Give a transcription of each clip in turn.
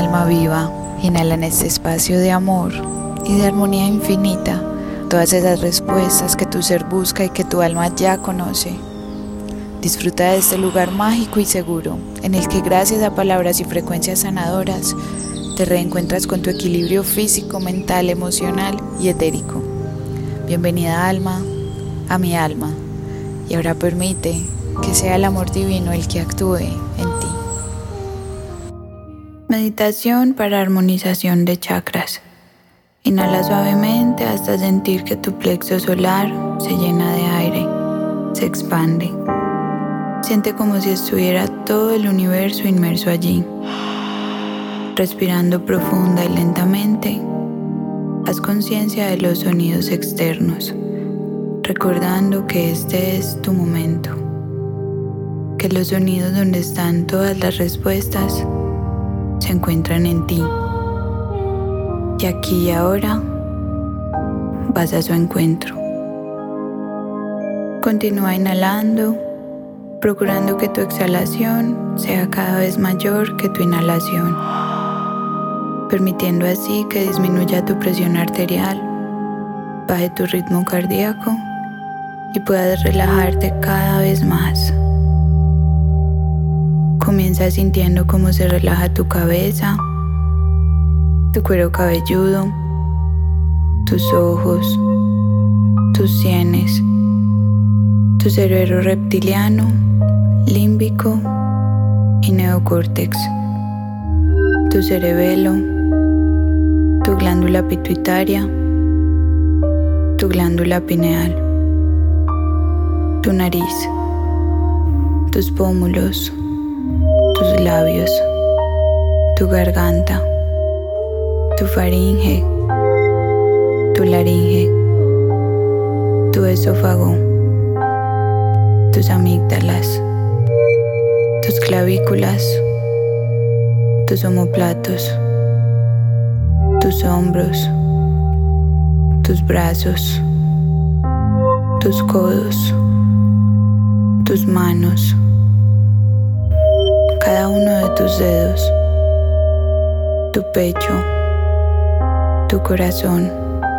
alma viva. Inhala en este espacio de amor y de armonía infinita todas esas respuestas que tu ser busca y que tu alma ya conoce. Disfruta de este lugar mágico y seguro en el que gracias a palabras y frecuencias sanadoras te reencuentras con tu equilibrio físico, mental, emocional y etérico. Bienvenida alma a mi alma y ahora permite que sea el amor divino el que actúe en ti. Meditación para armonización de chakras. Inhala suavemente hasta sentir que tu plexo solar se llena de aire, se expande. Siente como si estuviera todo el universo inmerso allí. Respirando profunda y lentamente, haz conciencia de los sonidos externos, recordando que este es tu momento, que los sonidos donde están todas las respuestas se encuentran en ti. Y aquí y ahora vas a su encuentro. Continúa inhalando, procurando que tu exhalación sea cada vez mayor que tu inhalación, permitiendo así que disminuya tu presión arterial, baje tu ritmo cardíaco y puedas relajarte cada vez más. Comienza sintiendo cómo se relaja tu cabeza, tu cuero cabelludo, tus ojos, tus sienes, tu cerebro reptiliano, límbico y neocórtex, tu cerebelo, tu glándula pituitaria, tu glándula pineal, tu nariz, tus pómulos, tus labios, tu garganta, tu faringe, tu laringe, tu esófago, tus amígdalas, tus clavículas, tus omóplatos, tus hombros, tus brazos, tus codos, tus manos, cada uno de tus dedos, tu pecho, tu corazón,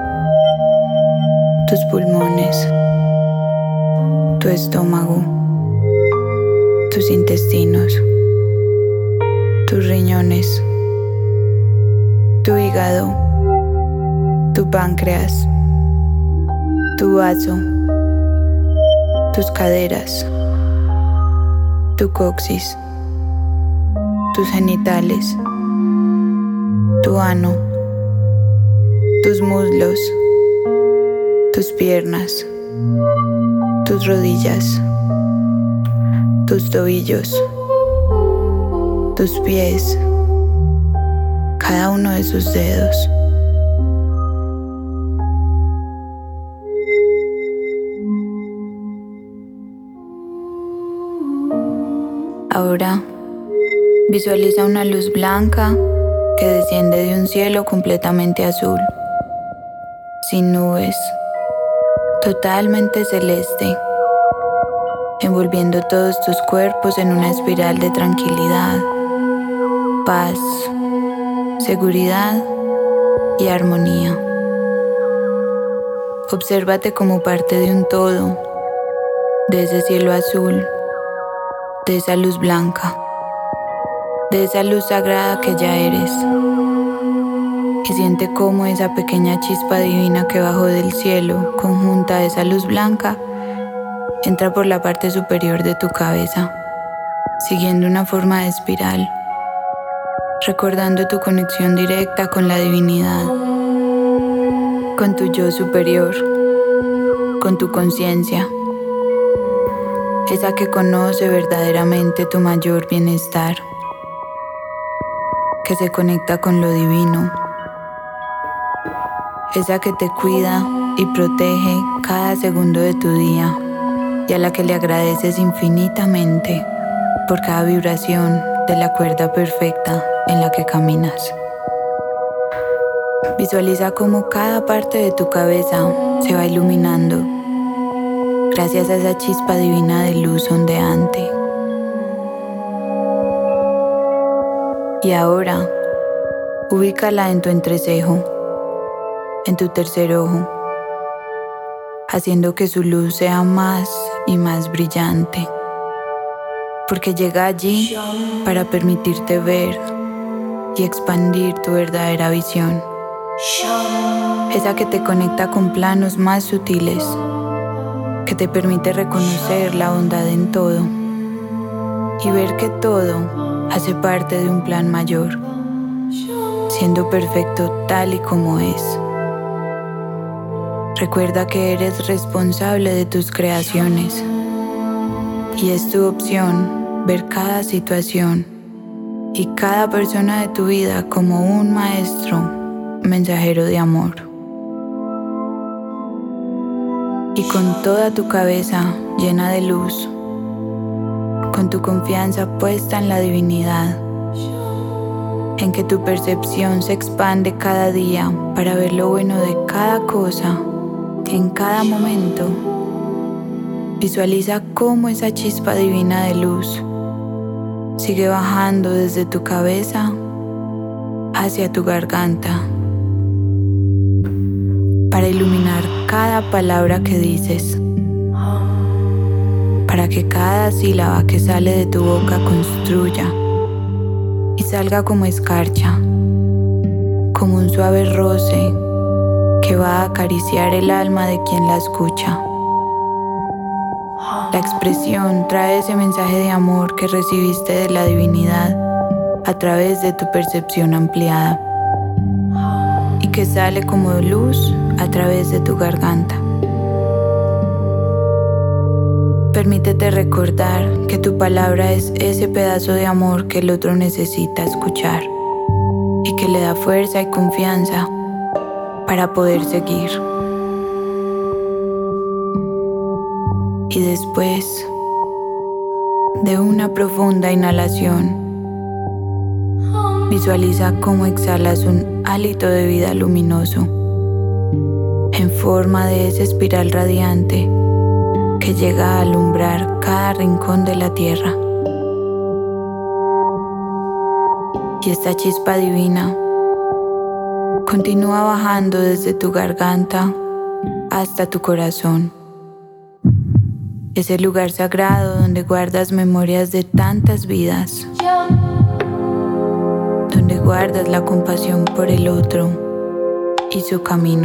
tus pulmones, tu estómago, tus intestinos, tus riñones, tu hígado, tu páncreas, tu vaso, tus caderas, tu coxis, tus genitales, tu ano, tus muslos, tus piernas, tus rodillas, tus tobillos, tus pies, cada uno de sus dedos. Ahora visualiza una luz blanca que desciende de un cielo completamente azul, sin nubes, totalmente celeste, envolviendo todos tus cuerpos en una espiral de tranquilidad, paz, seguridad y armonía. Obsérvate como parte de un todo, de ese cielo azul, de esa luz blanca, de esa luz sagrada que ya eres. Y siente cómo esa pequeña chispa divina que bajó del cielo, conjunta a esa luz blanca, entra por la parte superior de tu cabeza, siguiendo una forma de espiral, recordando tu conexión directa con la divinidad, con tu yo superior, con tu conciencia, esa que conoce verdaderamente tu mayor bienestar, que se conecta con lo divino, esa que te cuida y protege cada segundo de tu día y a la que le agradeces infinitamente por cada vibración de la cuerda perfecta en la que caminas. Visualiza cómo cada parte de tu cabeza se va iluminando gracias a esa chispa divina de luz ondeante. Y ahora Ubícala en tu entrecejo, en tu tercer ojo, haciendo que su luz sea más y más brillante, porque llega allí para permitirte ver y expandir tu verdadera visión, esa que te conecta con planos más sutiles, que te permite reconocer la bondad en todo y ver que todo hace parte de un plan mayor, siendo perfecto tal y como es. Recuerda que eres responsable de tus creaciones y es tu opción ver cada situación y cada persona de tu vida como un maestro, mensajero de amor. Y con toda tu cabeza llena de luz, con tu confianza puesta en la divinidad, en que tu percepción se expande cada día para ver lo bueno de cada cosa, en cada momento, visualiza cómo esa chispa divina de luz sigue bajando desde tu cabeza hacia tu garganta para iluminar cada palabra que dices, para que cada sílaba que sale de tu boca construya y salga como escarcha, como un suave roce que va a acariciar el alma de quien la escucha. La expresión trae ese mensaje de amor que recibiste de la divinidad a través de tu percepción ampliada y que sale como luz a través de tu garganta. Permítete recordar que tu palabra es ese pedazo de amor que el otro necesita escuchar y que le da fuerza y confianza para poder seguir. Y después de una profunda inhalación, visualiza cómo exhalas un hálito de vida luminoso en forma de esa espiral radiante que llega a alumbrar cada rincón de la tierra. Y esta chispa divina continúa bajando desde tu garganta hasta tu corazón. Ese lugar sagrado donde guardas memorias de tantas vidas, donde guardas la compasión por el otro y su camino,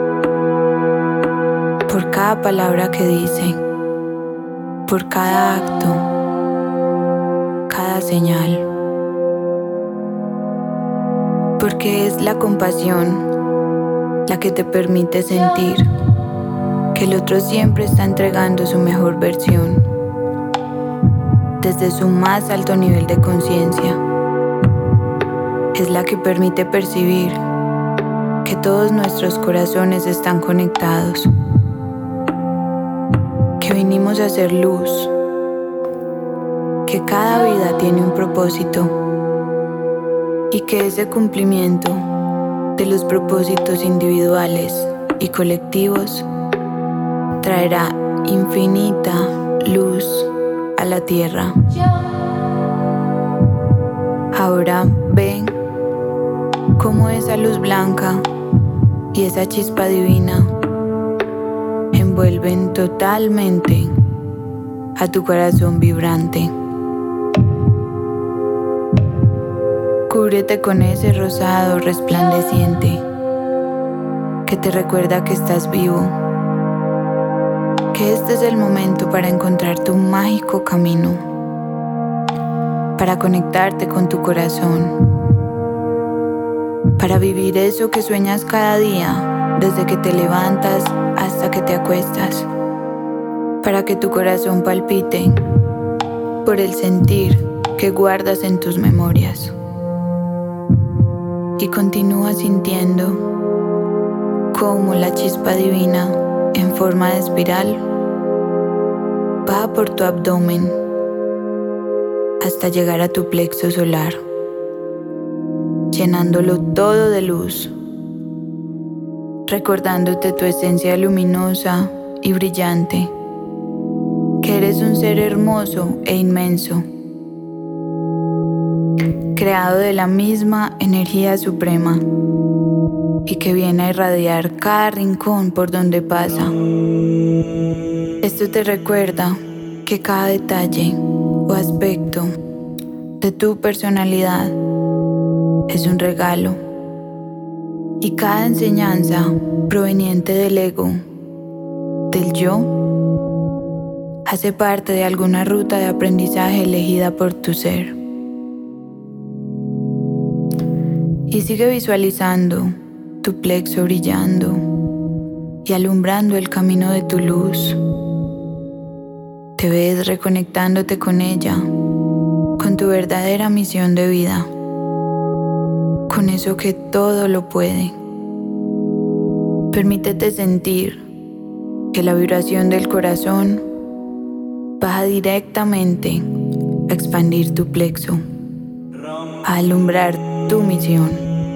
por cada palabra que dice, por cada acto, cada señal, porque es la compasión la que te permite sentir que el otro siempre está entregando su mejor versión desde su más alto nivel de conciencia. Es la que permite percibir que todos nuestros corazones están conectados, que vinimos a hacer luz, que cada vida tiene un propósito y que ese cumplimiento de los propósitos individuales y colectivos traerá infinita luz a la tierra. Ahora ven cómo esa luz blanca y esa chispa divina envuelven totalmente a tu corazón vibrante. Cúbrete con ese rosado resplandeciente que te recuerda que estás vivo, que este es el momento para encontrar tu mágico camino, para conectarte con tu corazón, para vivir eso que sueñas cada día, desde que te levantas hasta que te acuestas, para que tu corazón palpite por el sentir que guardas en tus memorias. Y continúa sintiendo cómo la chispa divina en forma de espiral va por tu abdomen hasta llegar a tu plexo solar, llenándolo todo de luz, recordándote tu esencia luminosa y brillante, que eres un ser hermoso e inmenso, creado de la misma energía suprema y que viene a irradiar cada rincón por donde pasa. Esto te recuerda que cada detalle o aspecto de tu personalidad es un regalo y cada enseñanza proveniente del ego, del yo, hace parte de alguna ruta de aprendizaje elegida por tu ser. Y sigue visualizando tu plexo brillando y alumbrando el camino de tu luz. Te ves reconectándote con ella, con tu verdadera misión de vida, con eso que todo lo puede. Permítete sentir que la vibración del corazón baja directamente a expandir tu plexo, a alumbrar tu misión.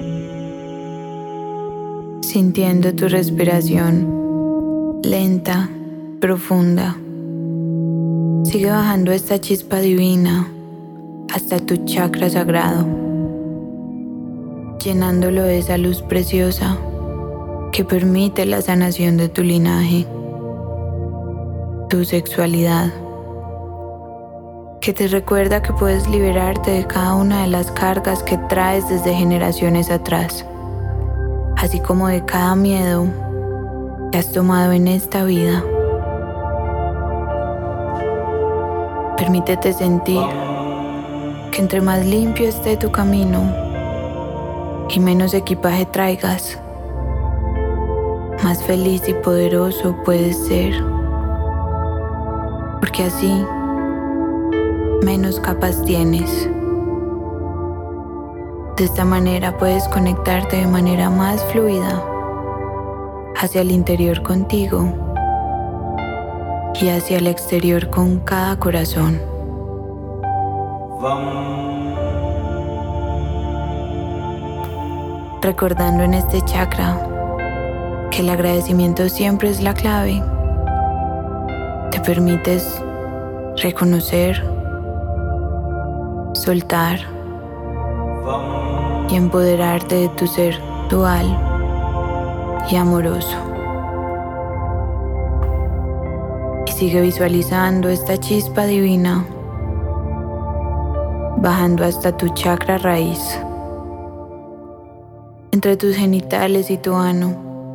Sintiendo tu respiración lenta, profunda. Sigue bajando esta chispa divina hasta tu chakra sagrado, llenándolo de esa luz preciosa que permite la sanación de tu linaje, tu sexualidad, que te recuerda que puedes liberarte de cada una de las cargas que traes desde generaciones atrás, así como de cada miedo que has tomado en esta vida. Permítete sentir que entre más limpio esté tu camino y menos equipaje traigas, más feliz y poderoso puedes ser, porque así menos capas tienes. De esta manera puedes conectarte de manera más fluida hacia el interior contigo y hacia el exterior con cada corazón. Recordando en este chakra que el agradecimiento siempre es la clave, te permites reconocer, soltar y empoderarte de tu ser dual y amoroso. Y sigue visualizando esta chispa divina bajando hasta tu chakra raíz, entre tus genitales y tu ano,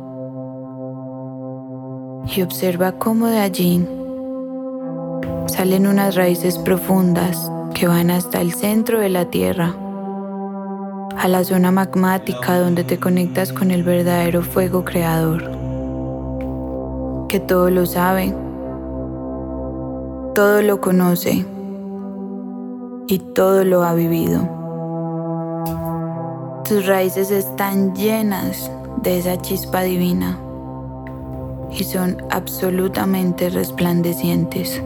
y observa cómo de allí salen unas raíces profundas que van hasta el centro de la tierra, a la zona magmática donde te conectas con el verdadero fuego creador, que todo lo sabe, todo lo conoce y todo lo ha vivido. Tus raíces están llenas de esa chispa divina y son absolutamente resplandecientes.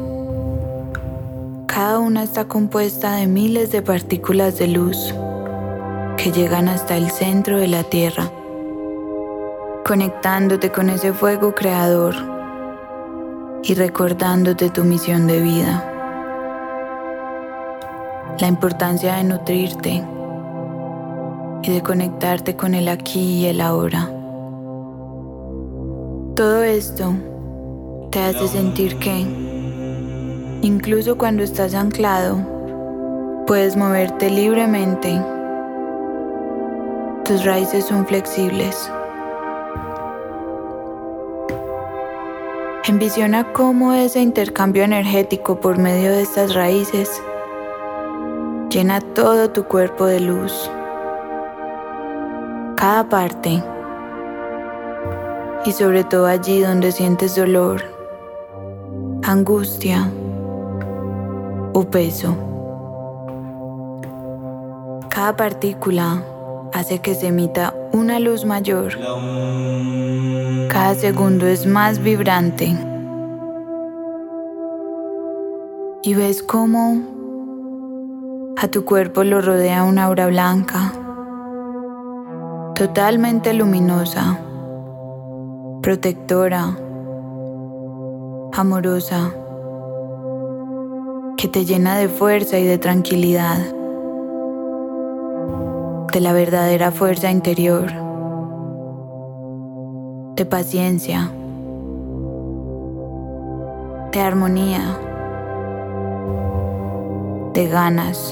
Cada una está compuesta de miles de partículas de luz que llegan hasta el centro de la tierra, conectándote con ese fuego creador y recordándote tu misión de vida. La importancia de nutrirte y de conectarte con el aquí y el ahora. Todo esto te hace sentir que, incluso cuando estás anclado, puedes moverte libremente. Tus raíces son flexibles. Envisiona cómo ese intercambio energético por medio de estas raíces llena todo tu cuerpo de luz, cada parte, y sobre todo allí donde sientes dolor, angustia o peso. Cada partícula hace que se emita una luz mayor. Cada segundo es más vibrante. Y ves cómo a tu cuerpo lo rodea una aura blanca, totalmente luminosa, protectora, amorosa, que te llena de fuerza y de tranquilidad. de la verdadera fuerza interior, de paciencia, de armonía, de ganas.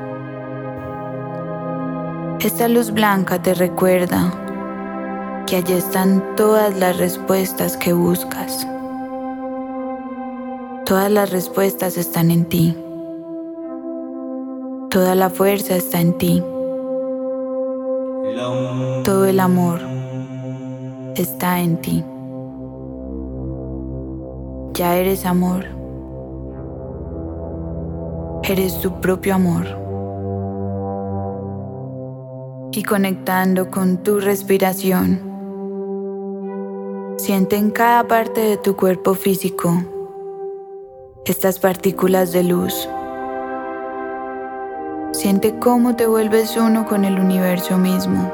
Esta luz blanca te recuerda que allí están todas las respuestas que buscas. Todas las respuestas están en ti. Toda la fuerza está en ti. Todo el amor está en ti. Ya eres amor. Eres tu propio amor. Y conectando con tu respiración, siente en cada parte de tu cuerpo físico estas partículas de luz. Siente cómo te vuelves uno con el universo mismo.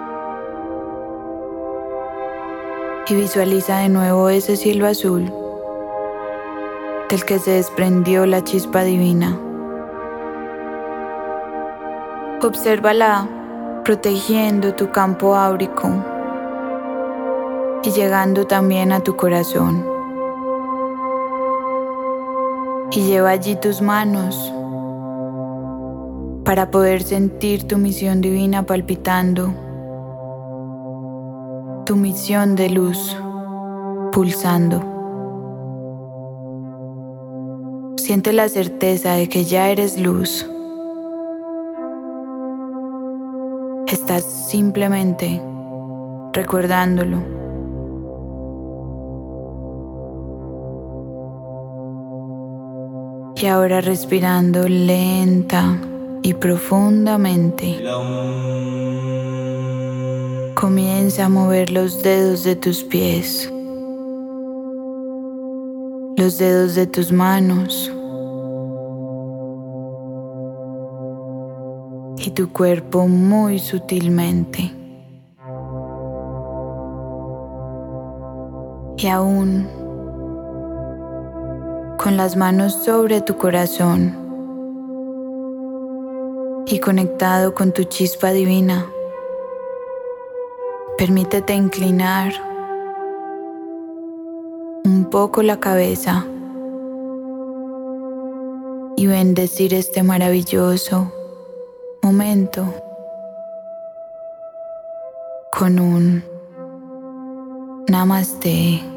Y visualiza de nuevo ese cielo azul del que se desprendió la chispa divina. Obsérvala protegiendo tu campo áurico y llegando también a tu corazón. Y lleva allí tus manos para poder sentir tu misión divina palpitando, tu misión de luz pulsando. Siente la certeza de que ya eres luz. Estás simplemente recordándolo. Y ahora respirando lenta y profundamente, comienza a mover los dedos de tus pies, los dedos de tus manos y tu cuerpo muy sutilmente. Y aún con las manos sobre tu corazón y conectado con tu chispa divina, permítete inclinar un poco la cabeza y bendecir este maravilloso momento con un Namaste.